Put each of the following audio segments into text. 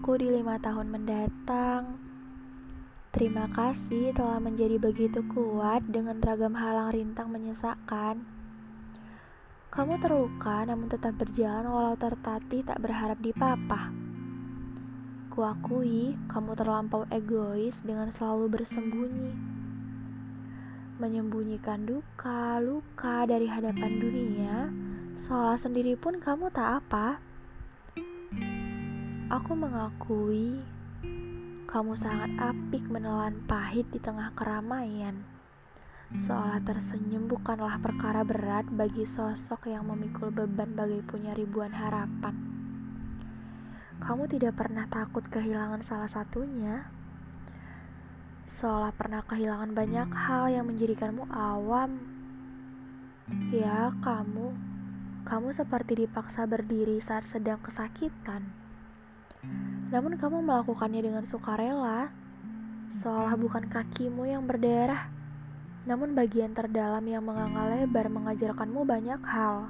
aku di 5 tahun mendatang. Terima kasih telah menjadi begitu kuat dengan ragam halang rintang menyesakkan. Kamu terluka namun tetap berjalan walau tertatih tak berharap dipapah. Kuakui kamu terlampau egois dengan selalu bersembunyi. Menyembunyikan duka, luka dari hadapan dunia, seolah sendiri pun kamu tak apa. Aku mengakui kamu sangat apik menelan pahit di tengah keramaian. Seolah tersenyum bukanlah perkara berat bagi sosok yang memikul beban bagai punya ribuan harapan. Kamu tidak pernah takut kehilangan salah satunya. Seolah pernah kehilangan banyak hal yang menjadikanmu awam. Ya, kamu seperti dipaksa berdiri saat sedang kesakitan. Namun kamu melakukannya dengan sukarela, seolah bukan kakimu yang berdarah, namun bagian terdalam yang menganga lebar mengajarkanmu banyak hal.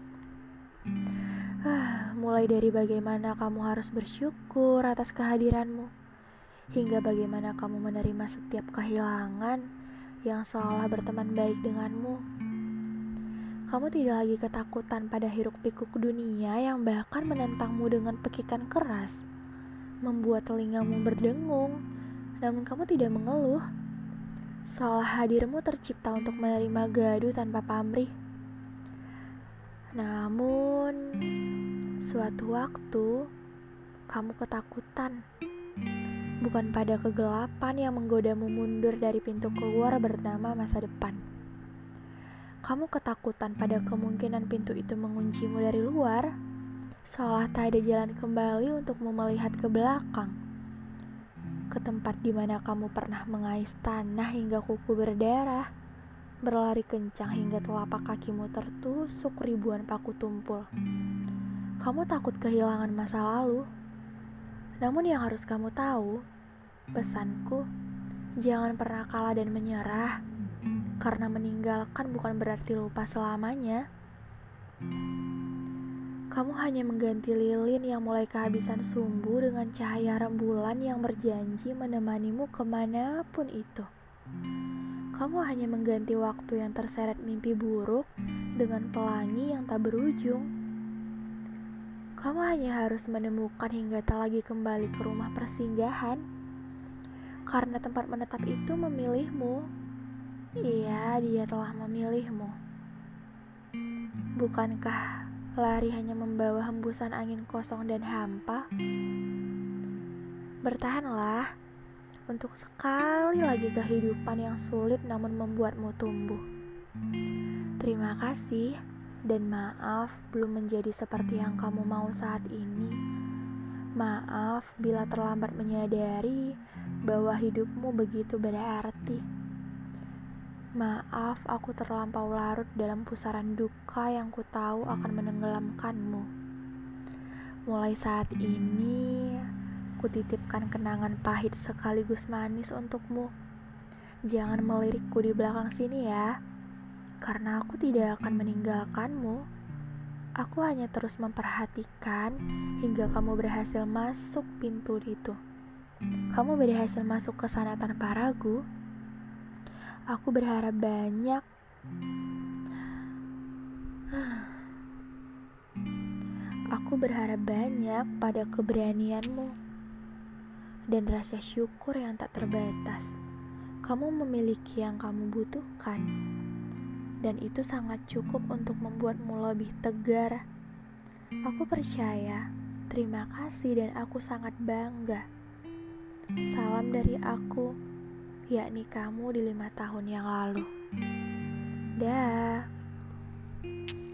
Mulai dari bagaimana kamu harus bersyukur atas kehadiranmu, hingga bagaimana kamu menerima setiap kehilangan yang seolah berteman baik denganmu. Kamu tidak lagi ketakutan pada hiruk-pikuk dunia yang bahkan menentangmu dengan pekikan keras, membuat telingamu berdengung, namun kamu tidak mengeluh. Seolah hadirmu tercipta untuk menerima gaduh tanpa pamrih. Namun, suatu waktu, kamu ketakutan. Bukan pada kegelapan yang menggodamu mundur dari pintu keluar bernama masa depan. Kamu ketakutan pada kemungkinan pintu itu menguncimu dari luar, seolah tak ada jalan kembali untukmu melihat ke belakang. Ke tempat di mana kamu pernah mengais tanah hingga kuku berdarah, berlari kencang hingga telapak kakimu tertusuk ribuan paku tumpul. Kamu takut kehilangan masa lalu. Namun yang harus kamu tahu, pesanku, jangan pernah kalah dan menyerah, karena meninggalkan bukan berarti lupa selamanya. Kamu hanya mengganti lilin yang mulai kehabisan sumbu dengan cahaya rembulan yang berjanji menemanimu kemanapun itu. Kamu hanya mengganti waktu yang terseret mimpi buruk dengan pelangi yang tak berujung. Kamu hanya harus menemukan hingga tak lagi kembali ke rumah persinggahan, karena tempat menetap itu memilihmu. Iya, dia telah memilihmu. Bukankah lari hanya membawa hembusan angin kosong dan hampa? Bertahanlah untuk sekali lagi kehidupan yang sulit namun membuatmu tumbuh. Terima kasih dan maaf belum menjadi seperti yang kamu mau saat ini. Maaf bila terlambat menyadari bahwa hidupmu begitu berarti. Maaf aku terlampau larut dalam pusaran duka yang ku tahu akan menenggelamkanmu. Mulai saat ini, kutitipkan kenangan pahit sekaligus manis untukmu. Jangan melirikku di belakang sini ya, karena aku tidak akan meninggalkanmu. Aku hanya terus memperhatikan hingga kamu berhasil masuk pintu itu. Kamu berhasil masuk ke sana tanpa ragu. Aku berharap banyak. Aku berharap banyak pada keberanianmu dan rasa syukur yang tak terbatas. Kamu memiliki yang kamu butuhkan, dan itu sangat cukup untuk membuatmu lebih tegar. Aku percaya, terima kasih dan aku sangat bangga. Salam dari aku, yakni kamu di 5 tahun yang lalu. Dah.